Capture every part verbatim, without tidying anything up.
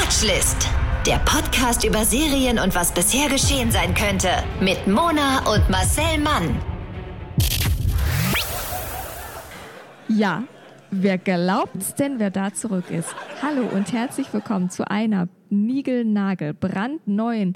Watchlist. Der Podcast über Serien und was bisher geschehen sein könnte. Mit Mona und Marcel Mann. Ja, wer glaubt's denn, wer da zurück ist? Hallo und herzlich willkommen zu einer niegelnagel brandneuen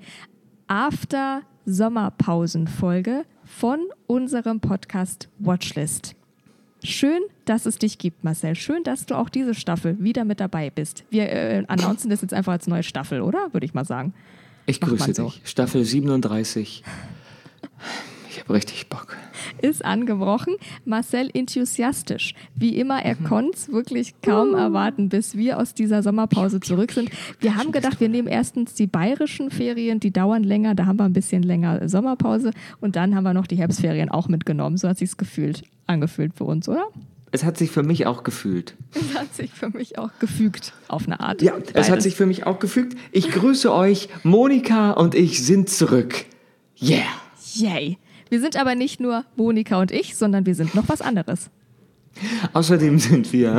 After-Sommerpausen-Folge von unserem Podcast Watchlist. Schön, dass es dich gibt, Marcel. Schön, dass du auch diese Staffel wieder mit dabei bist. Wir äh, announcen das jetzt einfach als neue Staffel, oder? Würde ich mal sagen. Ich grüße so. dich. Staffel siebenunddreißig. Ich habe richtig Bock. Ist angebrochen. Marcel enthusiastisch. Wie immer, er mhm. konnte es wirklich kaum uh. erwarten, bis wir aus dieser Sommerpause zurück sind. Wir haben gedacht, wir nehmen erstens die bayerischen Ferien, die dauern länger, da haben wir ein bisschen länger Sommerpause und dann haben wir noch die Herbstferien auch mitgenommen. So hat sich's gefühlt, angefühlt für uns, oder? Es hat sich für mich auch gefühlt. Es hat sich für mich auch gefügt, auf eine Art. Ja, Beides. Es hat sich für mich auch gefügt. Ich grüße euch, Monika und ich sind zurück. Yeah. Yay. Wir sind aber nicht nur Monika und ich, sondern wir sind noch was anderes. Außerdem sind wir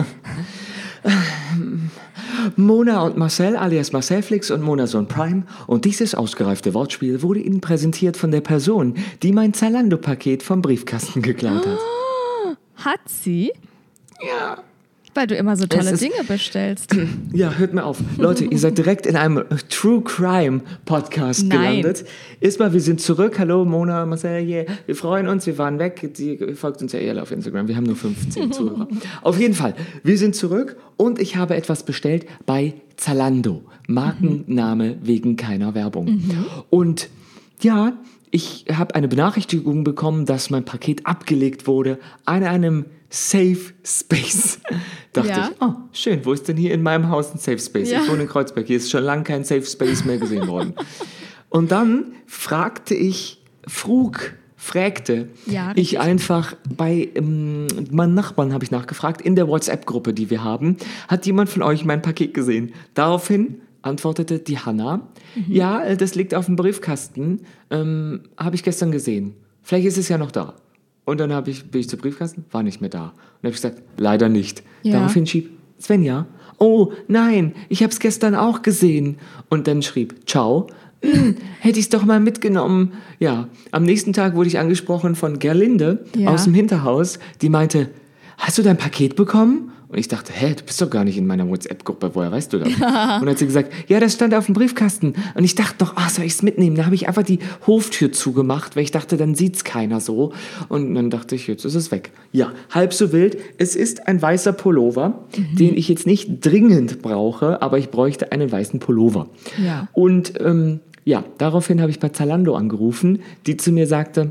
Mona und Marcel alias Marcelflix und Monason Prime. Und dieses ausgereifte Wortspiel wurde Ihnen präsentiert von der Person, die mein Zalando-Paket vom Briefkasten geklaut hat. Oh, hat sie? Ja. Weil du immer so tolle ist, Dinge bestellst. Ja, hört mir auf. Leute, ihr seid direkt in einem True Crime Podcast Nein. gelandet. Erstmal, wir sind zurück. Hallo, Mona, Marcel, yeah. Wir freuen uns, wir waren weg. Die folgt uns ja eher auf Instagram. Wir haben nur fünfzehn Zuhörer. Auf jeden Fall, wir sind zurück und ich habe etwas bestellt bei Zalando. Markenname mhm. wegen keiner Werbung. Mhm. Und ja, ich habe eine Benachrichtigung bekommen, dass mein Paket abgelegt wurde an einem Safe Space. Dachte ja. ich, oh, schön, wo ist denn hier in meinem Haus ein Safe Space? Ja. Ich wohne in Kreuzberg, hier ist schon lange kein Safe Space mehr gesehen worden. Und dann fragte ich, frug, fragte ja, ich einfach bei ähm, meinen Nachbarn, habe ich nachgefragt, in der WhatsApp-Gruppe, die wir haben, hat jemand von euch mein Paket gesehen? Daraufhin antwortete die Hanna, mhm. ja, das liegt auf dem Briefkasten, ähm, habe ich gestern gesehen. Vielleicht ist es ja noch da. Und dann hab ich, bin ich zum Briefkasten, war nicht mehr da. Und dann habe ich gesagt, leider nicht. Ja. Daraufhin schrieb Svenja, oh nein, ich habe es gestern auch gesehen. Und dann schrieb, ciao, hm, hätte ich es doch mal mitgenommen. Ja, am nächsten Tag wurde ich angesprochen von Gerlinde ja. aus dem Hinterhaus, die meinte, hast du dein Paket bekommen? Und ich dachte, hä, du bist doch gar nicht in meiner WhatsApp-Gruppe, woher weißt du das? Und dann hat sie gesagt, ja, das stand auf dem Briefkasten. Und ich dachte doch, ah, soll ich es mitnehmen? Da habe ich einfach die Hoftür zugemacht, weil ich dachte, dann sieht's keiner so. Und dann dachte ich, jetzt ist es weg. Ja, halb so wild. Es ist ein weißer Pullover, mhm. den ich jetzt nicht dringend brauche, aber ich bräuchte einen weißen Pullover. Ja. Und ähm, ja, daraufhin habe ich bei Zalando angerufen, die zu mir sagte,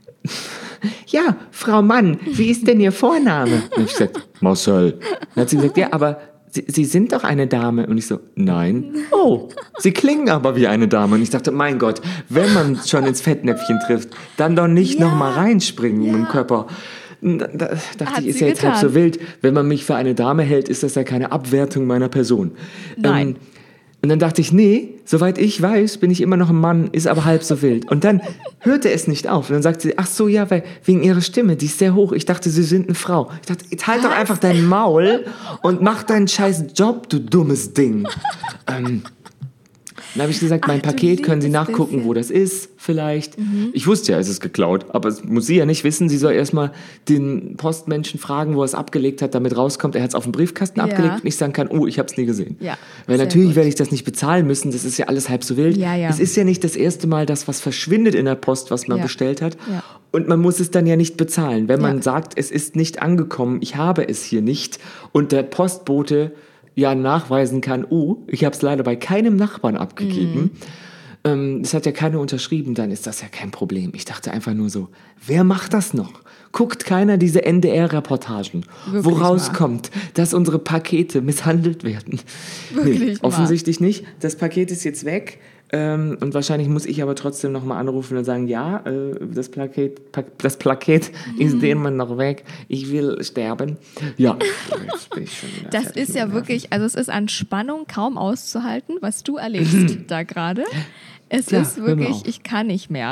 ja, Frau Mann, wie ist denn Ihr Vorname? Und ich gesagt, Marcel. Dann hat sie gesagt, ja, aber Sie, Sie sind doch eine Dame. Und ich so, nein. Oh, Sie klingen aber wie eine Dame. Und ich dachte, mein Gott, wenn man schon ins Fettnäpfchen trifft, dann doch nicht ja. noch mal reinspringen ja. mit dem Körper. Da, da dachte Hat ich, ist sie ja jetzt getan. halb so wild. Wenn man mich für eine Dame hält, ist das ja keine Abwertung meiner Person. Nein. Ähm, Und dann dachte ich, nee, soweit ich weiß, bin ich immer noch ein Mann, ist aber halb so wild. Und dann hörte es nicht auf. Und dann sagte sie, ach so, ja, weil wegen ihrer Stimme, die ist sehr hoch. Ich dachte, sie sind eine Frau. Ich dachte, jetzt halt doch einfach dein Maul und mach deinen scheiß Job, du dummes Ding. ähm, Dann habe ich gesagt, mein Ach, Paket, können Sie nachgucken, bisschen. wo das ist, vielleicht. Mhm. Ich wusste ja, es ist geklaut, aber es muss sie ja nicht wissen. Sie soll erstmal den Postmenschen fragen, wo er es abgelegt hat, damit rauskommt. Er hat es auf dem Briefkasten ja. abgelegt und ich sagen kann, oh, ich habe es nie gesehen. Ja, Weil natürlich gut. werde ich das nicht bezahlen müssen, das ist ja alles halb so wild. Ja, ja. Es ist ja nicht das erste Mal, dass was verschwindet in der Post, was man ja. bestellt hat. Ja. Und man muss es dann ja nicht bezahlen. Wenn man ja. sagt, es ist nicht angekommen, ich habe es hier nicht und der Postbote ja nachweisen kann, oh, ich habe es leider bei keinem Nachbarn abgegeben. Mm. Ähm, das hat ja keiner unterschrieben, dann ist das ja kein Problem. Ich dachte einfach nur so, wer macht das noch? Guckt keiner diese N D R-Reportagen, wo rauskommt, dass unsere Pakete misshandelt werden? Wirklich nee, offensichtlich nicht. Das Paket ist jetzt weg. Ähm, und wahrscheinlich muss ich aber trotzdem nochmal anrufen und sagen, ja, äh, das Plaket, pa- das Plaket mhm. ist immer noch weg. Ich will sterben. Ja, jetzt bin ich schon wieder Das ist ja wirklich, also es ist an Spannung kaum auszuhalten, was du erlebst da gerade. Es ja, ist wirklich, ich kann nicht mehr.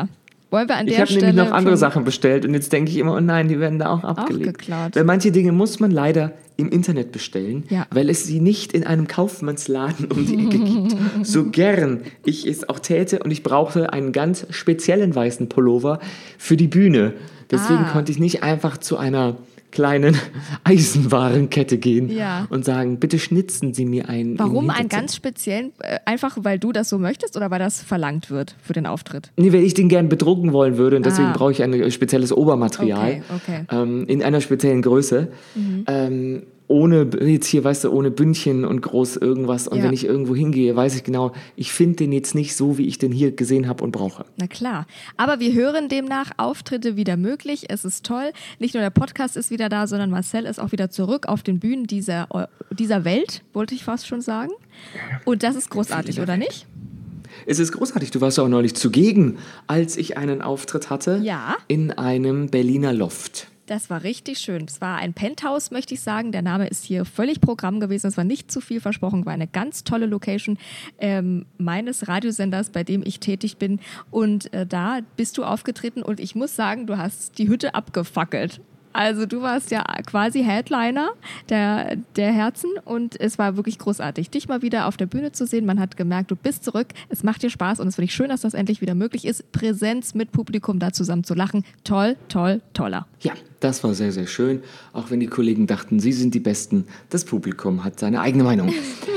Wollen wir an der Ich habe Stelle nämlich noch andere von- Sachen bestellt und jetzt denke ich immer, oh nein, die werden da auch abgelegt. geklaut. Weil manche Dinge muss man leider im Internet bestellen, Ja. weil es sie nicht in einem Kaufmannsladen um die Ecke gibt. So gern ich es auch täte und ich brauchte einen ganz speziellen weißen Pullover für die Bühne. Deswegen Ah. konnte ich nicht einfach zu einer kleinen Eisenwarenkette gehen Ja. und sagen, bitte schnitzen Sie mir einen. im Warum einen Hinterzimmer. ganz speziellen? Äh, einfach, weil du das so möchtest oder weil das verlangt wird für den Auftritt? Nee, weil ich den gern bedrucken wollen würde und deswegen Ah. brauche ich ein spezielles Obermaterial. Okay, okay. Ähm, in einer speziellen Größe. Ähm, ohne, jetzt hier, weißt du, ohne Bündchen und groß irgendwas. Und Ja. wenn ich irgendwo hingehe, weiß ich genau, ich finde den jetzt nicht so, wie ich den hier gesehen habe und brauche. Na klar. Aber wir hören demnach Auftritte wieder möglich. Es ist toll. Nicht nur der Podcast ist wieder da, sondern Marcel ist auch wieder zurück auf den Bühnen dieser, dieser Welt, wollte ich fast schon sagen. Und das ist großartig, oder nicht? Es ist großartig. Du warst ja auch neulich zugegen, als ich einen Auftritt hatte Ja. in einem Berliner Loft. Das war richtig schön. Es war ein Penthouse, möchte ich sagen. Der Name ist hier völlig Programm gewesen. Es war nicht zu viel versprochen. War eine ganz tolle Location ähm, meines Radiosenders, bei dem ich tätig bin. Und äh, da bist du aufgetreten und ich muss sagen, du hast die Hütte abgefackelt. Also du warst ja quasi Headliner der, der Herzen und es war wirklich großartig, dich mal wieder auf der Bühne zu sehen. Man hat gemerkt, du bist zurück, es macht dir Spaß und es finde ich schön, dass das endlich wieder möglich ist. Präsenz mit Publikum, da zusammen zu lachen. Toll, toll, toller. Ja, das war sehr, sehr schön. Auch wenn die Kollegen dachten, sie sind die Besten. Das Publikum hat seine eigene Meinung.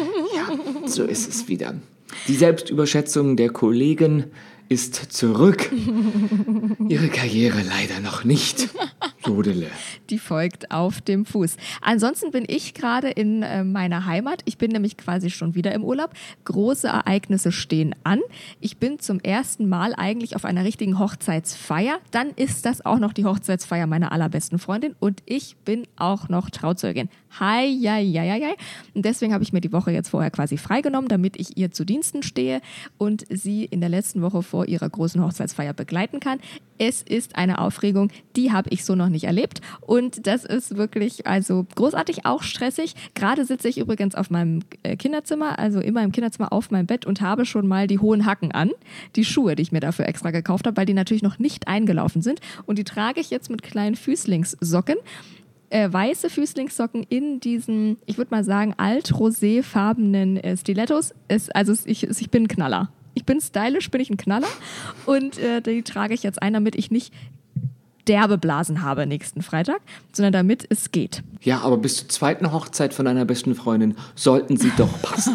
Ja, so ist es wieder. Die Selbstüberschätzung der Kollegen ist zurück. Ihre Karriere leider noch nicht. Jodele. Die folgt auf dem Fuß. Ansonsten bin ich gerade in äh, meiner Heimat. Ich bin nämlich quasi schon wieder im Urlaub. Große Ereignisse stehen an. Ich bin zum ersten Mal eigentlich auf einer richtigen Hochzeitsfeier. Dann ist das auch noch die Hochzeitsfeier meiner allerbesten Freundin und ich bin auch noch Trauzeugin. Hi, ja, ja, ja, ja. Und deswegen habe ich mir die Woche jetzt vorher quasi freigenommen, damit ich ihr zu Diensten stehe und sie in der letzten Woche vor ihrer großen Hochzeitsfeier begleiten kann. Es ist eine Aufregung, die habe ich so noch nicht erlebt und das ist wirklich also großartig, auch stressig. Gerade sitze ich übrigens auf meinem äh, Kinderzimmer, also immer im Kinderzimmer auf meinem Bett und habe schon mal die hohen Hacken an, die Schuhe, die ich mir dafür extra gekauft habe, weil die natürlich noch nicht eingelaufen sind und die trage ich jetzt mit kleinen Füßlingssocken. Äh, weiße Füßlingssocken in diesen, ich würde mal sagen, alt-rosé-farbenen äh, Stilettos. Es, also es, ich, ich bin ein Knaller. Ich bin stylisch, bin ich ein Knaller und äh, die trage ich jetzt ein, damit ich nicht derbe Blasen habe nächsten Freitag, sondern damit es geht. Ja, aber bis zur zweiten Hochzeit von deiner besten Freundin sollten sie doch passen.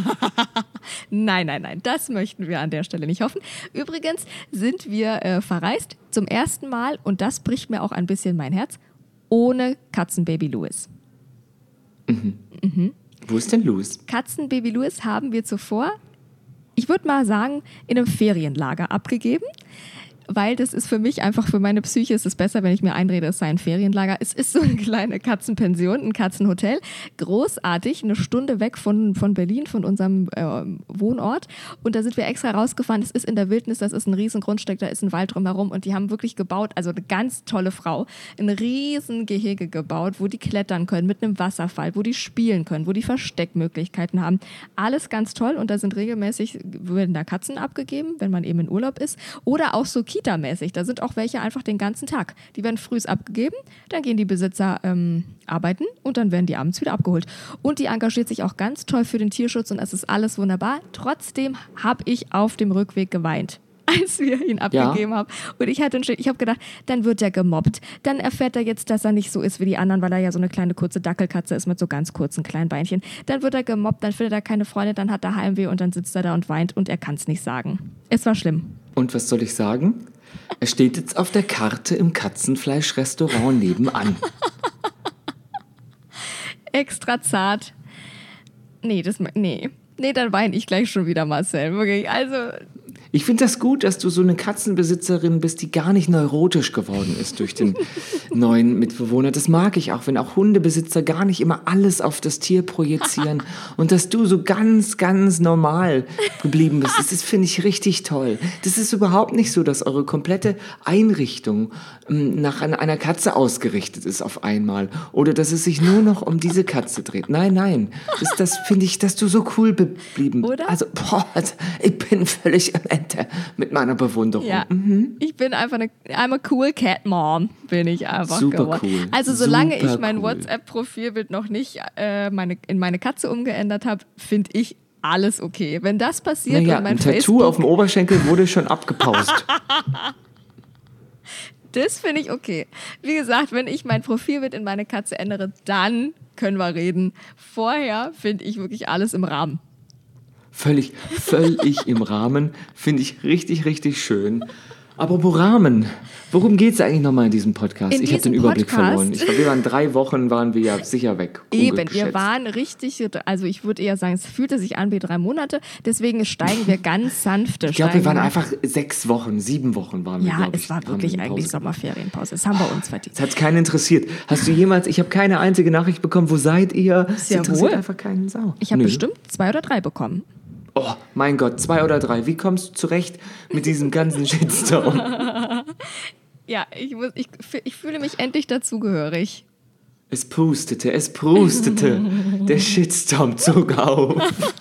Nein, nein, nein, das möchten wir an der Stelle nicht hoffen. Übrigens sind wir äh, verreist zum ersten Mal und das bricht mir auch ein bisschen mein Herz, ohne Katzenbaby Louis. Wo ist denn Louis? Katzenbaby Louis haben wir zuvor, ich würde mal sagen, in einem Ferienlager abgegeben. Weil das ist für mich einfach, für meine Psyche ist es besser, wenn ich mir einrede, es sei ein Ferienlager. Es ist so eine kleine Katzenpension, ein Katzenhotel. Großartig, eine Stunde weg von, von Berlin, von unserem äh, Wohnort. Und da sind wir extra rausgefahren. Es ist in der Wildnis, das ist ein riesen Grundstück, da ist ein Wald drumherum. Und die haben wirklich gebaut, also eine ganz tolle Frau, ein riesen Gehege gebaut, wo die klettern können mit einem Wasserfall, wo die spielen können, wo die Versteckmöglichkeiten haben. Alles ganz toll. Und da sind regelmäßig, werden da Katzen abgegeben, wenn man eben in Urlaub ist. Oder auch so Kita-mäßig. Da sind auch welche einfach den ganzen Tag. Die werden frühs abgegeben, dann gehen die Besitzer ähm, arbeiten und dann werden die abends wieder abgeholt. Und die engagiert sich auch ganz toll für den Tierschutz und es ist alles wunderbar. Trotzdem habe ich auf dem Rückweg geweint, als wir ihn abgegeben ja. haben. Und ich hatte, ich habe gedacht, dann wird er gemobbt. Dann erfährt er jetzt, dass er nicht so ist wie die anderen, weil er ja so eine kleine kurze Dackelkatze ist mit so ganz kurzen kleinen Beinchen. Dann wird er gemobbt, dann findet er keine Freunde, dann hat er Heimweh und dann sitzt er da und weint und er kann es nicht sagen. Es war schlimm. Und was soll ich sagen? Er steht jetzt auf der Karte im Katzenfleischrestaurant nebenan. Extra zart. Nee, das, nee. Nee, dann weine ich gleich schon wieder, Marcel. Wirklich, also... Ich finde das gut, dass du so eine Katzenbesitzerin bist, die gar nicht neurotisch geworden ist durch den neuen Mitbewohner. Das mag ich auch, wenn auch Hundebesitzer gar nicht immer alles auf das Tier projizieren und dass du so ganz, ganz normal geblieben bist. Das ist, finde ich, richtig toll. Das ist überhaupt nicht so, dass eure komplette Einrichtung ähm, nach einer Katze ausgerichtet ist auf einmal oder dass es sich nur noch um diese Katze dreht. Nein, nein. Das, das finde ich, dass du so cool geblieben bist. Oder? Also, boah, also, ich bin völlig am Ende. Kette mit meiner Bewunderung. Ja, mhm. ich bin einfach eine, I'm a cool cat mom, bin ich einfach Super geworden. cool. Also solange Super ich mein cool. WhatsApp-Profilbild noch nicht äh, meine, in meine Katze umgeändert habe, finde ich alles okay. Wenn das passiert Naja, und mein ein Tattoo Facebook, auf dem Oberschenkel wurde schon abgepaust. das finde ich okay. Wie gesagt, wenn ich mein Profilbild in meine Katze ändere, dann können wir reden. Vorher finde ich wirklich alles im Rahmen. Völlig, völlig im Rahmen. Finde ich richtig, richtig schön. Apropos Rahmen, worum geht es eigentlich nochmal in diesem Podcast? In ich habe den diesem Überblick Podcast? verloren. Ich glaube, wir waren drei Wochen, waren wir ja sicher weg. Eben, Ungeschätzt. wir waren richtig, also ich würde eher sagen, es fühlte sich an wie drei Monate, deswegen steigen wir ganz sanfte. Ich glaube, wir steigen waren einfach sechs Wochen, sieben Wochen waren wir, Ja, glaube es ich. war haben wirklich wir eine eigentlich Pause. Sommerferienpause. Das haben wir uns verdient. Es hat keinen interessiert. Hast du jemals, ich habe keine einzige Nachricht bekommen, wo seid ihr? Es Sehr interessiert wohl. einfach keinen Sau. Ich habe Nö. bestimmt zwei oder drei bekommen. Oh, mein Gott, zwei oder drei. Wie kommst du zurecht mit diesem ganzen Shitstorm? Ja, ich, muss, ich, ich fühle mich endlich dazugehörig. Es pustete, es prustete. Der Shitstorm zog auf.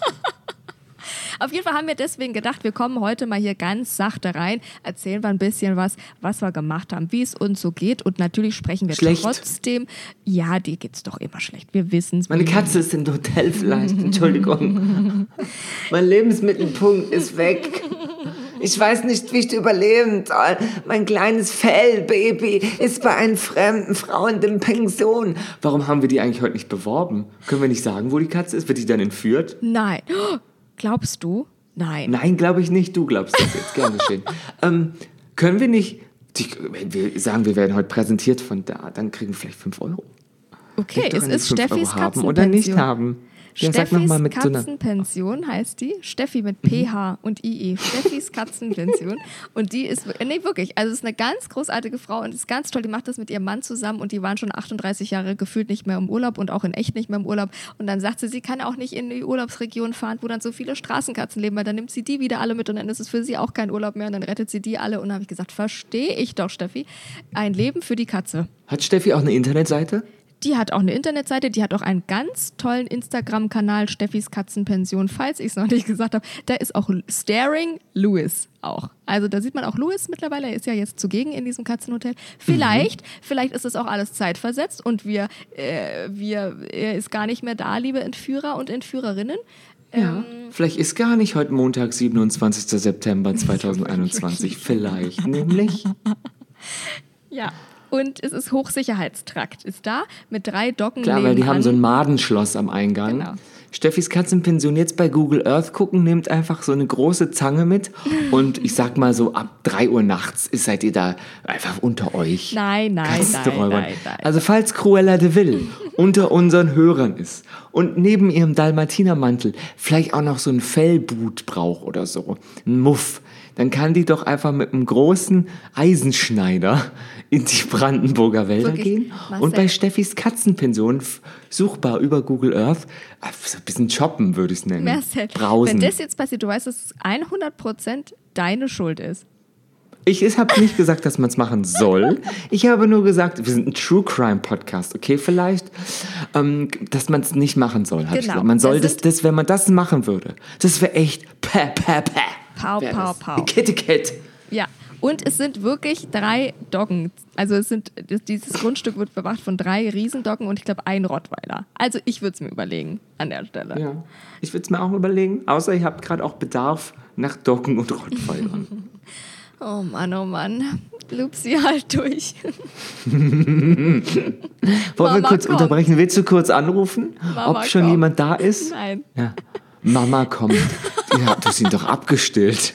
Auf jeden Fall haben wir deswegen gedacht, wir kommen heute mal hier ganz sachte rein, erzählen wir ein bisschen was, was wir gemacht haben, wie es uns so geht und natürlich sprechen wir Schlecht. trotzdem, ja, dir geht's doch immer schlecht, wir wissen es. Meine Katze ist im Hotel vielleicht, Entschuldigung. Mein Lebensmittelpunkt ist weg. Ich weiß nicht, wie ich überleben soll. Mein kleines Fellbaby ist bei einer fremden Frau in der Pension. Warum haben wir die eigentlich heute nicht beworben? Können wir nicht sagen, wo die Katze ist? Wird die dann entführt? Nein. Glaubst du? Nein. Nein, glaube ich nicht. Du glaubst das jetzt. Gern geschehen. ähm, können wir nicht, die, wenn wir sagen, wir werden heute präsentiert von da, dann kriegen wir vielleicht fünf Euro. Okay, Denk doch es an die ist fünf Steffis Euro haben oder nicht Katzenpension. haben. Ja, sag noch Steffis mal mit so einer- Katzenpension heißt die. Steffi mit P H und I E. Steffis Katzenpension. Und die ist, nee, wirklich, also es ist eine ganz großartige Frau und ist ganz toll. Die macht das mit ihrem Mann zusammen und die waren schon achtunddreißig Jahre gefühlt nicht mehr im Urlaub und auch in echt nicht mehr im Urlaub. Und dann sagt sie, sie kann auch nicht in die Urlaubsregion fahren, wo dann so viele Straßenkatzen leben, weil dann nimmt sie die wieder alle mit und dann ist es für sie auch kein Urlaub mehr und dann rettet sie die alle. Und dann habe ich gesagt, verstehe ich doch, Steffi. Ein Leben für die Katze. Hat Steffi auch eine Internetseite? Die hat auch eine Internetseite, die hat auch einen ganz tollen Instagram-Kanal, Steffis Katzenpension, falls ich es noch nicht gesagt habe. Da ist auch Staring Louis auch. Also da sieht man auch Louis mittlerweile, er ist ja jetzt zugegen in diesem Katzenhotel. Vielleicht, mhm. vielleicht ist das auch alles zeitversetzt und wir, äh, wir, er ist gar nicht mehr da, liebe Entführer und Entführerinnen. Ja, Ähm, vielleicht ist gar nicht heute Montag, siebenundzwanzigster September zweitausendeinundzwanzig. Vielleicht, nämlich. ja. Und es ist Hochsicherheitstrakt, ist da mit drei Docken. Klar, weil die haben so ein Madenschloss am Eingang. Genau. Steffis Katzenpension jetzt bei Google Earth gucken, nehmt einfach so eine große Zange mit und ich sag mal so ab drei Uhr nachts ist, seid ihr da einfach unter euch. Nein, nein, nein, Katzenräubern. nein, nein. Also falls Cruella de Vil unter unseren Hörern ist und neben ihrem Dalmatinermantel vielleicht auch noch so ein Fellboot braucht oder so, ein Muff, dann kann die doch einfach mit einem großen Eisenschneider in die Brandenburger Wälder Wirklich, gehen Marcel. und bei Steffis Katzenpension f- suchbar über Google Earth äh, so ein bisschen shoppen, würde ich es nennen. Marcel, Brausen. wenn das jetzt passiert, du weißt, dass es hundert Prozent deine Schuld ist. Ich habe nicht gesagt, dass man es machen soll. Ich habe nur gesagt, wir sind ein True Crime Podcast, okay, vielleicht, ähm, dass man es nicht machen soll. Hab ich Genau. gesagt. Man soll Da das, das, wenn man das machen würde, das wäre echt päh, päh, päh. Pau, Wär pau, das. pau. Kitty Cat. Ja, und es sind wirklich drei Doggen. Also es sind, das- dieses Grundstück wird bewacht von drei Riesendoggen und ich glaube ein Rottweiler. Also ich würde es mir überlegen an der Stelle. Ja, ich würde es mir auch überlegen, außer ihr habt gerade auch Bedarf nach Doggen und Rottweilern. Oh Mann, oh Mann. Lupsi, halt durch. Wollen wir Mama kurz kommt. unterbrechen? Willst du kurz anrufen, Mama ob schon kommt. jemand da ist? Nein. Ja. Mama kommt. Ja, du hast ihn doch abgestillt.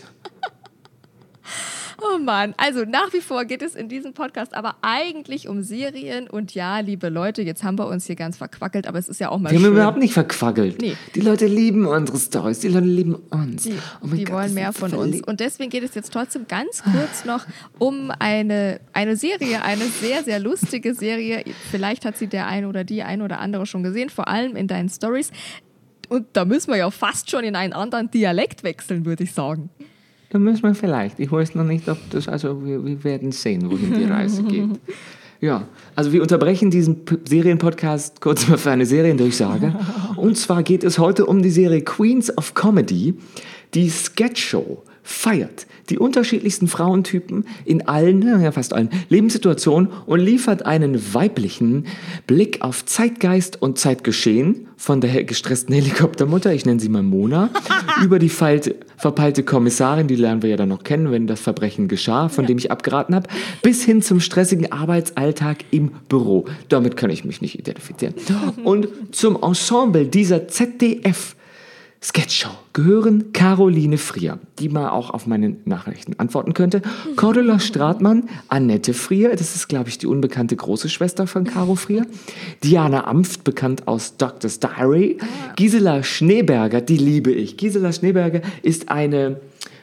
Oh Mann, also nach wie vor geht es in diesem Podcast aber eigentlich um Serien und ja, liebe Leute, jetzt haben wir uns hier ganz verquackelt, aber es ist ja auch mal Wir haben schön. überhaupt nicht verquackelt. Nee. Die Leute lieben unsere Stories, die Leute lieben uns. Die, Oh mein die Gott, wollen das mehr ist von uns. verliebt. Und deswegen geht es jetzt trotzdem ganz kurz noch um eine, eine Serie, eine sehr, sehr lustige Serie. Vielleicht hat sie der ein oder die ein oder andere schon gesehen, vor allem in deinen Stories. Und da müssen wir ja fast schon in einen anderen Dialekt wechseln, würde ich sagen. Da müssen wir vielleicht. Ich weiß noch nicht, ob das, also wir, wir werden sehen, wohin die Reise geht. Ja, also wir unterbrechen diesen P- Serienpodcast kurz mal für eine Seriendurchsage. Und zwar geht es heute um die Serie Queens of Comedy, die Sketchshow feiert die unterschiedlichsten Frauentypen in allen, ja fast allen Lebenssituationen und liefert einen weiblichen Blick auf Zeitgeist und Zeitgeschehen von der gestressten Helikoptermutter, ich nenne sie mal Mona, über die feilte, verpeilte Kommissarin, die lernen wir ja dann noch kennen, wenn das Verbrechen geschah, von ja. dem ich abgeraten habe, bis hin zum stressigen Arbeitsalltag im Büro. Damit kann ich mich nicht identifizieren. Und zum Ensemble dieser Z D F Sketchshow gehören Caroline Frier, die mal auch auf meine Nachrichten antworten könnte, Cordula Stratmann, Annette Frier, das ist, glaube ich, die unbekannte große Schwester von Caro Frier, Diana Amft, bekannt aus Doctor's Diary, Gisela Schneeberger, die liebe ich. Gisela Schneeberger ist eine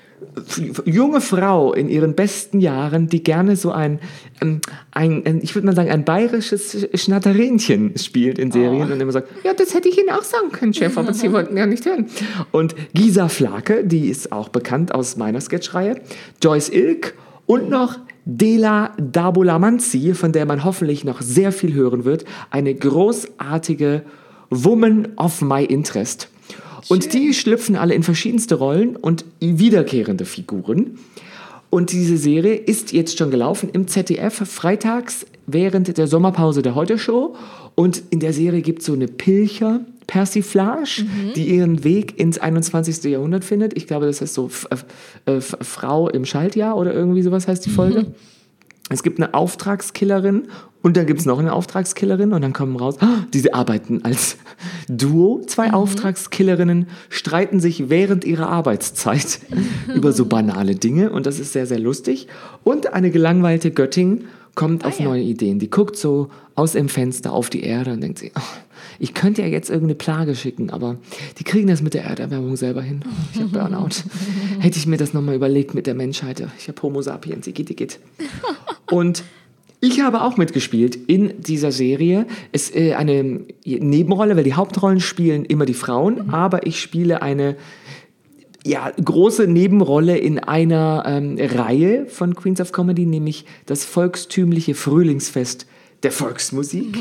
junge Frau in ihren besten Jahren, die gerne so ein, ein, ein ich würde mal sagen, ein bayerisches Schnatterinchen spielt in Serien oh. und immer sagt, ja, das hätte ich Ihnen auch sagen können, Chef, aber Sie wollten ja nicht hören. Und Gisa Flake, die ist auch bekannt aus meiner Sketchreihe, Joyce Ilk und noch Dela Dabulamanzi, von der man hoffentlich noch sehr viel hören wird, eine großartige Woman of my interest. Und die schlüpfen alle in verschiedenste Rollen und wiederkehrende Figuren. Und diese Serie ist jetzt schon gelaufen im Z D F, freitags während der Sommerpause der Heute-Show. Und in der Serie gibt es so eine Pilcher-Persiflage, mhm. die ihren Weg ins einundzwanzigste Jahrhundert findet. Ich glaube, das heißt so F- F- Frau im Schaltjahr oder irgendwie sowas heißt die Folge. Mhm. Es gibt eine Auftragskillerin und dann gibt es noch eine Auftragskillerin und dann kommen raus, diese arbeiten als Duo. Zwei mhm. Auftragskillerinnen streiten sich während ihrer Arbeitszeit über so banale Dinge und das ist sehr, sehr lustig. Und eine gelangweilte Göttin kommt ah, auf ja. neue Ideen. Die guckt so aus dem Fenster auf die Erde und denkt sich, oh, ich könnte ja jetzt irgendeine Plage schicken, aber die kriegen das mit der Erderwärmung selber hin. Ich habe Burnout. Hätte ich mir das nochmal überlegt mit der Menschheit. Ich habe Homo sapiens, igitt, igitt. Und ich habe auch mitgespielt in dieser Serie. Es ist äh, eine Nebenrolle, weil die Hauptrollen spielen immer die Frauen, mhm. aber ich spiele eine ja, große Nebenrolle in einer ähm, Reihe von Queens of Comedy, nämlich das volkstümliche Frühlingsfest der Volksmusik.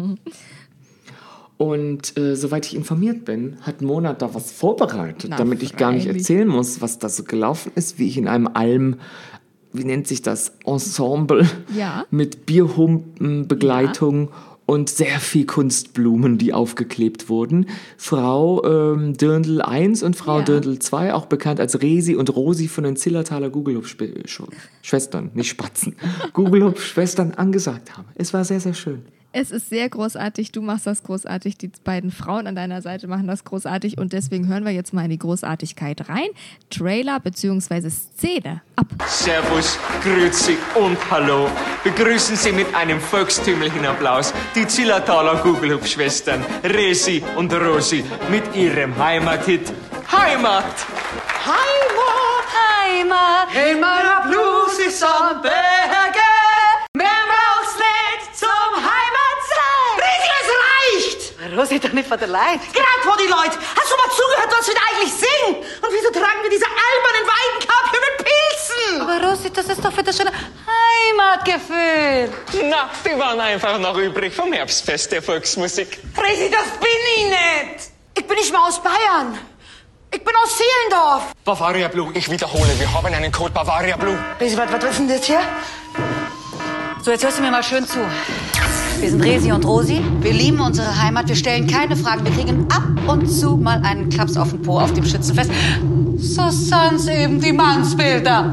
Und äh, soweit ich informiert bin, hat Mona da was vorbereitet, Na, damit ich freilich. gar nicht erzählen muss, was da so gelaufen ist, wie ich in einem Alm, wie nennt sich das, Ensemble ja. mit Bierhumpenbegleitung ja. und sehr viel Kunstblumen, die aufgeklebt wurden. Frau ähm, Dirndl eins und Frau ja. Dirndl zwei, auch bekannt als Resi und Rosi von den Zillertaler Gugelhupf-Schwestern, nicht Spatzen, Gugelhupf-Schwestern angesagt haben. Es war sehr, sehr schön. Es ist sehr großartig, du machst das großartig, die beiden Frauen an deiner Seite machen das großartig und deswegen hören wir jetzt mal in die Großartigkeit rein. Trailer bzw. Szene ab. Servus, Grüezi und Hallo. Begrüßen Sie mit einem volkstümlichen Applaus die Zillertaler Gugelhupf-Schwestern Resi und Rosi mit ihrem Heimathit Heimat. Heimat, Heimat, in meiner Blues ist am Berge. Mehr brauchst nicht zum Heimat sein. Resi, es reicht. Rosi, doch nicht von der Leid. Gerade vor die Leute. Hast du mal zugehört, was wir da eigentlich singen? Und wieso tragen wir diese albernen Weidenkörbchen mit Pilzen? Aber Rosi, das ist doch für das schöne Heimatgefühl. Na, die waren einfach noch übrig vom Herbstfest der Volksmusik. Resi, das bin ich nicht. Ich bin nicht mal aus Bayern. Ich bin aus Zehlendorf. Bavaria Blue, ich wiederhole, wir haben einen Code Bavaria Blue. Resi, was, was ist denn das hier? So, jetzt hörst du mir mal schön zu. Wir sind Resi und Rosi. Wir lieben unsere Heimat. Wir stellen keine Fragen. Wir kriegen ab und zu mal einen Klaps auf den Po auf dem Schützenfest. So sind's eben die Mannsbilder.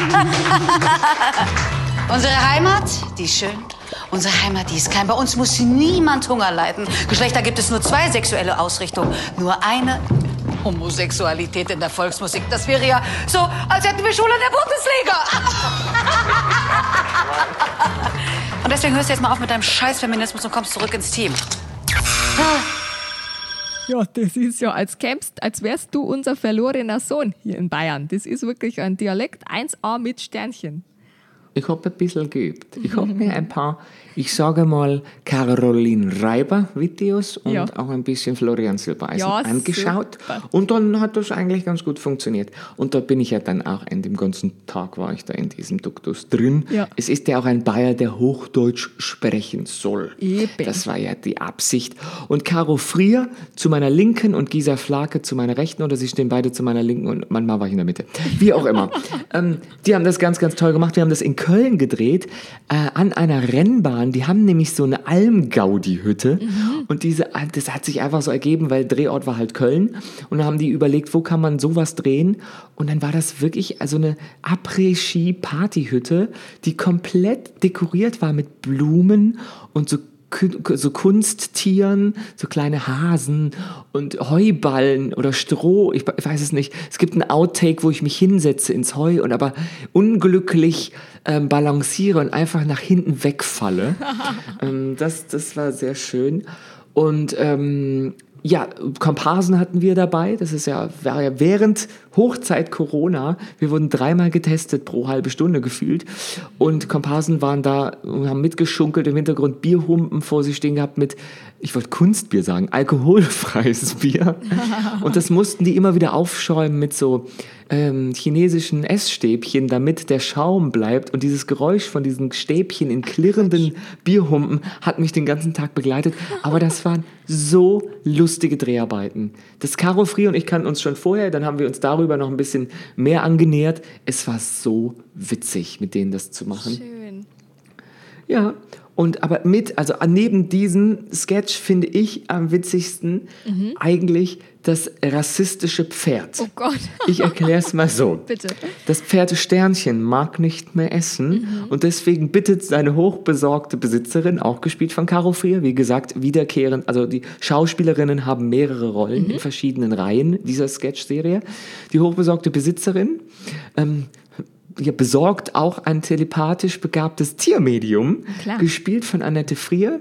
Unsere Heimat, die ist schön. Unsere Heimat, die ist kein. Bei uns muss niemand Hunger leiden. Geschlechter gibt es nur zwei sexuelle Ausrichtungen. Nur eine Homosexualität in der Volksmusik. Das wäre ja so, als hätten wir Schule in der Bundesliga. Und deswegen hörst du jetzt mal auf mit deinem Scheiß-Feminismus und kommst zurück ins Team. Ja, das ist ja, als kämpfst, als wärst du unser verlorener Sohn hier in Bayern. Das ist wirklich ein Dialekt eins a mit Sternchen. ich habe ein bisschen geübt. Ich habe mir ein paar, ich sage mal, Caroline Reiber Videos und Ja. auch ein bisschen Florian Silbereisen Ja, angeschaut. super. Und dann hat das eigentlich ganz gut funktioniert. Und da bin ich ja dann auch, in dem ganzen Tag war ich da in diesem Duktus drin. Ja. Es ist ja auch ein Bayer, der Hochdeutsch sprechen soll. Eben. Das war ja die Absicht. Und Caro Frier zu meiner Linken und Gisa Flake zu meiner Rechten, oder sie stehen beide zu meiner Linken und manchmal war ich in der Mitte. Wie auch immer. ähm, die haben das ganz, ganz toll gemacht. Wir haben das in Köln gedreht, äh, an einer Rennbahn. Die haben nämlich so eine Almgaudi-Hütte. Mhm. Und diese, das hat sich einfach so ergeben, weil Drehort war halt Köln. Und dann haben die überlegt, wo kann man sowas drehen? Und dann war das wirklich also eine Après-Ski-Partyhütte, die komplett dekoriert war mit Blumen und so so Kunsttieren, so kleine Hasen und Heuballen oder Stroh, ich weiß es nicht. Es gibt einen Outtake, wo ich mich hinsetze ins Heu und aber unglücklich ähm, balanciere und einfach nach hinten wegfalle. ähm, das, das war sehr schön. Und ähm, ja, Komparsen hatten wir dabei. Das ist ja, war ja während Hochzeit Corona. Wir wurden dreimal getestet pro halbe Stunde gefühlt. Und Komparsen waren da und haben mitgeschunkelt, im Hintergrund Bierhumpen vor sich stehen gehabt mit, ich wollte Kunstbier sagen, alkoholfreies Bier. Und das mussten die immer wieder aufschäumen mit so ähm, chinesischen Essstäbchen, damit der Schaum bleibt. Und dieses Geräusch von diesen Stäbchen in klirrenden Bierhumpen hat mich den ganzen Tag begleitet. Aber das waren so lustige Dreharbeiten. Das Caro Frier und ich kannten uns schon vorher, dann haben wir uns darüber noch ein bisschen mehr angenähert. Es war so witzig, mit denen das zu machen. Schön. Ja, und aber mit, also neben diesem Sketch finde ich am witzigsten mhm. eigentlich das rassistische Pferd. Oh Gott. Ich erkläre es mal so. Bitte. Das Pferd Sternchen mag nicht mehr essen mhm. und deswegen bittet seine hochbesorgte Besitzerin, auch gespielt von Caro Frier, wie gesagt, wiederkehrend, also die Schauspielerinnen haben mehrere Rollen mhm. in verschiedenen Reihen dieser Sketch-Serie. Die hochbesorgte Besitzerin ähm, ja, besorgt auch ein telepathisch begabtes Tiermedium, Klar. gespielt von Annette Frier.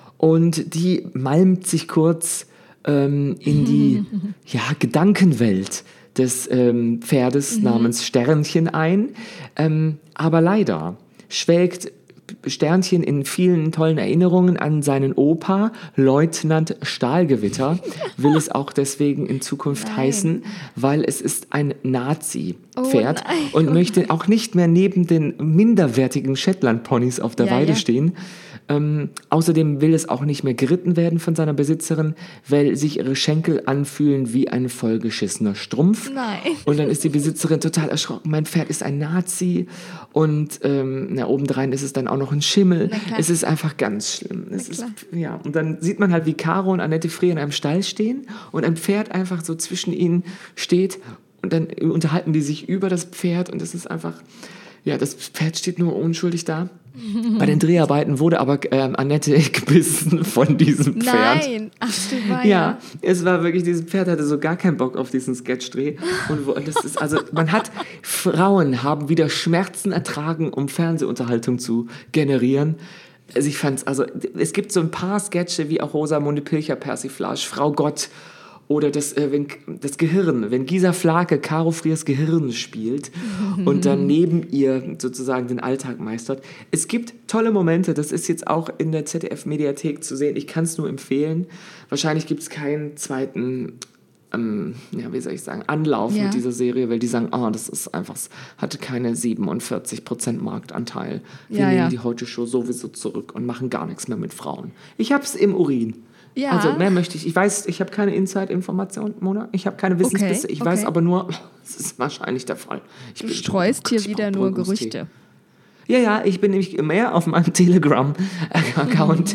Und die malmt sich kurz ähm, in die ja, Gedankenwelt des ähm, Pferdes mhm. namens Sternchen ein. Ähm, aber leider schwelgt Sternchen in vielen tollen Erinnerungen an seinen Opa, Leutnant Stahlgewitter, will es auch deswegen in Zukunft nein. heißen, weil es ist ein Nazi-Pferd oh und oh möchte nein. auch nicht mehr neben den minderwertigen Shetland-Ponys auf der ja, Weide ja. stehen. Ähm, außerdem will es auch nicht mehr geritten werden von seiner Besitzerin, weil sich ihre Schenkel anfühlen wie ein vollgeschissener Strumpf. Nein. Und dann ist die Besitzerin total erschrocken. Mein Pferd ist ein Nazi und ähm, na, obendrein ist es dann auch noch ein Schimmel. Es ist einfach ganz schlimm. Es ist, ja. Und dann sieht man halt, wie Caro und Annette Frier in einem Stall stehen und ein Pferd einfach so zwischen ihnen steht und dann unterhalten die sich über das Pferd und es ist einfach, ja, das Pferd steht nur unschuldig da. Bei den Dreharbeiten wurde aber ähm, Annette gebissen von diesem Pferd. Nein, ach du Weia. Ja, es war wirklich, dieses Pferd hatte so gar keinen Bock auf diesen Sketchdreh. Und, wo, und das ist, also man hat, Frauen haben wieder Schmerzen ertragen, um Fernsehunterhaltung zu generieren. Also ich fand's, also es gibt so ein paar Sketche, wie auch Rosamunde Pilcher Persiflage, Frau Gott, oder das, äh, wenn, das Gehirn, wenn Gisa Flake Caro Friers Gehirn spielt mhm. und dann neben ihr sozusagen den Alltag meistert. Es gibt tolle Momente, das ist jetzt auch in der Z D F-Mediathek zu sehen. Ich kann es nur empfehlen. Wahrscheinlich gibt es keinen zweiten, ähm, ja, wie soll ich sagen, Anlauf ja. mit dieser Serie, weil die sagen, oh, das ist einfach, hatte keine siebenundvierzig Prozent Marktanteil. Wir ja, nehmen ja. die Heute-Show sowieso zurück und machen gar nichts mehr mit Frauen. Ich hab's im Urin. Ja. Also mehr möchte ich. Ich weiß, ich habe keine Inside-Information, Mona. Ich habe keine Wissensbisse. Okay, ich okay. weiß aber nur, es ist wahrscheinlich der Fall. Ich du streust hier wieder nur Gerüchte. Ja, ja, ich bin nämlich mehr auf meinem Telegram-Account.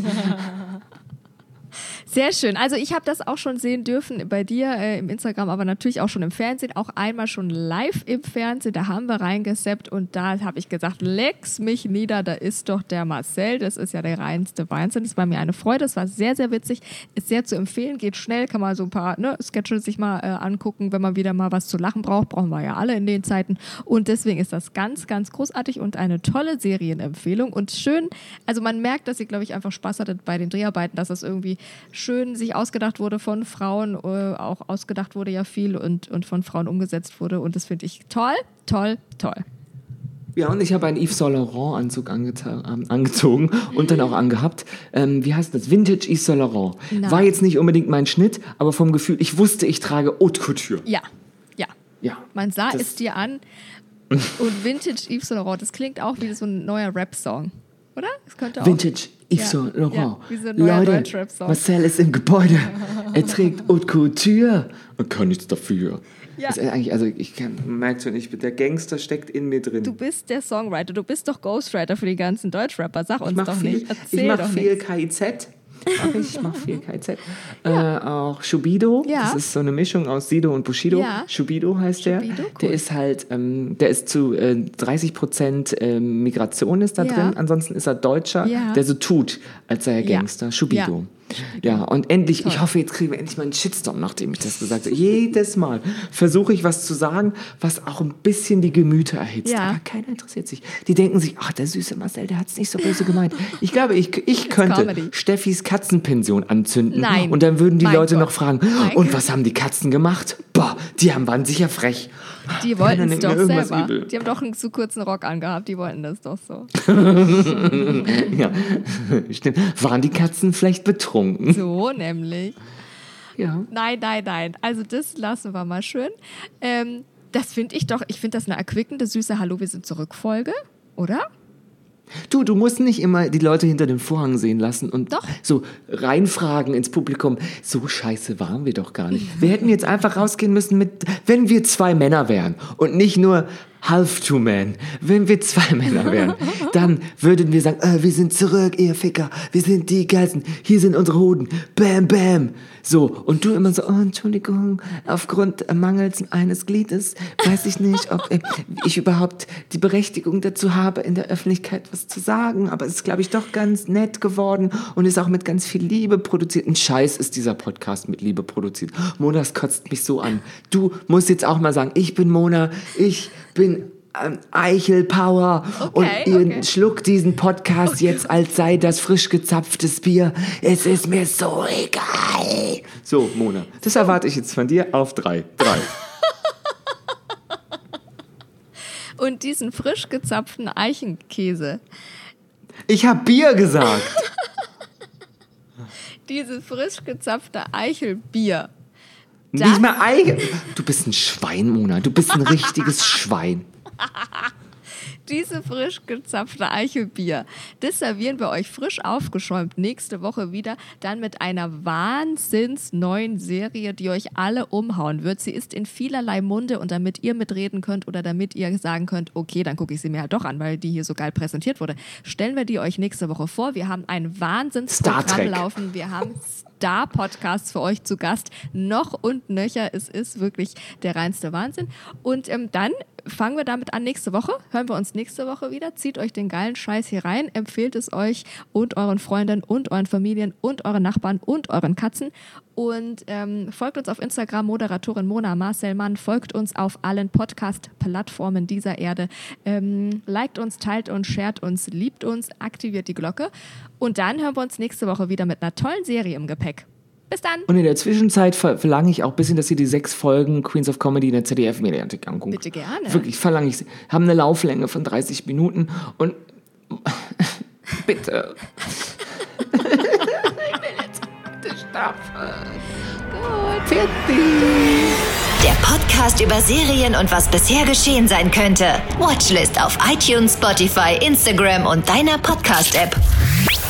Sehr schön. Also ich habe das auch schon sehen dürfen bei dir äh, im Instagram, aber natürlich auch schon im Fernsehen. Auch einmal schon live im Fernsehen. Da haben wir reingesappt und da habe ich gesagt, lex mich nieder, da ist doch der Marcel. Das ist ja der reinste Wahnsinn. Das war mir eine Freude. Das war sehr, sehr witzig. Ist sehr zu empfehlen. Geht schnell. Kann man so ein paar ne, Sketche sich mal äh, angucken, wenn man wieder mal was zu lachen braucht. Brauchen wir ja alle in den Zeiten. Und deswegen ist das ganz, ganz großartig und eine tolle Serienempfehlung. Und schön, also man merkt, dass ihr, glaube ich, einfach Spaß hattet bei den Dreharbeiten, dass das irgendwie schön sich ausgedacht wurde von Frauen, äh, auch ausgedacht wurde ja viel und, und von Frauen umgesetzt wurde und das finde ich toll, toll, toll. Ja, und ich habe einen Yves Saint Laurent Anzug angeta- ähm, angezogen und dann auch angehabt. Ähm, wie heißt das? Vintage Yves Saint Laurent. Nein. War jetzt nicht unbedingt mein Schnitt, aber vom Gefühl, ich wusste, ich trage Haute Couture. Ja, ja. Ja. Man sah Das- es dir an. Und Vintage Yves Saint Laurent, das klingt auch wie so ein neuer Rap-Song, oder? Das könnte auch. Vintage Yves Ja, Saint Laurent. ja, wie so ein neuer Leute, Deutschrap-Song. Marcel ist im Gebäude. Er trägt Haute Couture und kann nichts dafür. Ja. Das ist eigentlich, also ich kann, man merkt schon, ich bin, der Gangster steckt in mir drin. Du bist der Songwriter, du bist doch Ghostwriter für die ganzen Deutschrapper. Sag uns ich mach doch viel, nicht. Erzähl ich mach doch viel nichts. K I Z. Mach ich, ich mach viel K I Z. Äh, auch Shubido. Ja. Das ist so eine Mischung aus Sido und Bushido. Ja. Shubido heißt der. Shubido, cool. Der ist halt, ähm, der ist zu äh, dreißig Prozent ähm, Migration ist da Ja. drin. Ansonsten ist er Deutscher, Ja. der so tut, als sei er Ja. Gangster. Shubido. Ja. Ja, und endlich, Toll. ich hoffe, jetzt kriegen wir endlich mal einen Shitstorm, nachdem ich das gesagt habe. Jedes Mal versuche ich was zu sagen, was auch ein bisschen die Gemüter erhitzt. Ja. Aber keiner interessiert sich. Die denken sich, ach, der süße Marcel, der hat es nicht so böse gemeint. Ich glaube, ich, ich könnte Comedy. Steffis Katzenpension anzünden. Nein. Und dann würden die Mein Leute Gott. noch fragen, Mein und Gott. was haben die Katzen gemacht? Boah, die haben, waren sicher frech. Die Keiner wollten es nimmt doch mir irgendwas selber. übel. Die haben doch einen zu kurzen Rock angehabt, die wollten das doch so. Ja, stimmt. Waren die Katzen vielleicht betrunken? So nämlich. Ja. Nein, nein, nein. Also das lassen wir mal schön. Ähm, das finde ich doch, ich finde das eine erquickende, süße Hallo, wir sind zurück Folge, oder? Du, du musst nicht immer die Leute hinter dem Vorhang sehen lassen und Doch. so reinfragen ins Publikum. So scheiße waren wir doch gar nicht. Wir hätten jetzt einfach rausgehen müssen mit, wenn wir zwei Männer wären und nicht nur half two men. Wenn wir zwei Männer wären, dann würden wir sagen, äh, wir sind zurück, ihr Ficker. Wir sind die Geilsten. Hier sind unsere Hoden. Bam, bam. So, und du immer so, oh, Entschuldigung, aufgrund Mangels eines Gliedes weiß ich nicht, ob äh, ich überhaupt die Berechtigung dazu habe, in der Öffentlichkeit was zu sagen. Aber es ist, glaube ich, doch ganz nett geworden und ist auch mit ganz viel Liebe produziert. Ein Scheiß ist dieser Podcast mit Liebe produziert. Mona, das kotzt mich so an. Du musst jetzt auch mal sagen, ich bin Mona, ich bin ähm, Eichel Power und Okay, ihr okay. schluckt diesen Podcast jetzt, als sei das frisch gezapftes Bier. Es ist mir so egal. So, Mona, das erwarte ich jetzt von dir auf drei. Drei. Und diesen frisch gezapften Eichenkäse, Ich habe Bier gesagt. diese frisch gezapfte Eichelbier, Nicht mal Eigen. Du bist ein Schwein, Mona. Du bist ein richtiges Schwein. diese frisch gezapfte Eichelbier, das servieren wir euch frisch aufgeschäumt nächste Woche wieder, dann mit einer wahnsinns neuen Serie, die euch alle umhauen wird. Sie ist in vielerlei Munde und damit ihr mitreden könnt oder damit ihr sagen könnt, okay, dann gucke ich sie mir halt doch an, weil die hier so geil präsentiert wurde, stellen wir die euch nächste Woche vor. Wir haben ein Star Wahnsinnsprogramm Trek. laufen. Wir haben Star-Podcasts für euch zu Gast. Noch und nöcher. Es ist wirklich der reinste Wahnsinn. Und ähm, dann fangen wir damit an nächste Woche. Hören wir uns nächste Woche wieder. Zieht euch den geilen Scheiß hier rein. Empfehlt es euch und euren Freunden und euren Familien und euren Nachbarn und euren Katzen. Und ähm, folgt uns auf Instagram, Moderatorin Mona Marcel Mann. Folgt uns auf allen Podcast-Plattformen dieser Erde. Ähm, liked uns, teilt uns, shared uns, liebt uns, aktiviert die Glocke. Und dann hören wir uns nächste Woche wieder mit einer tollen Serie im Gepäck. Bis dann. Und in der Zwischenzeit ver verlange ich auch ein bisschen, dass ihr die sechs Folgen Queens of Comedy in der Z D F-Mediathek anguckt. Bitte gerne. Wirklich, verlange ich. Haben eine Lauflänge von dreißig Minuten und bitte. Ich will jetzt die Staffel. Gut. Fertig. Der Podcast über Serien und was bisher geschehen sein könnte. Watchlist auf iTunes, Spotify, Instagram und deiner Podcast-App.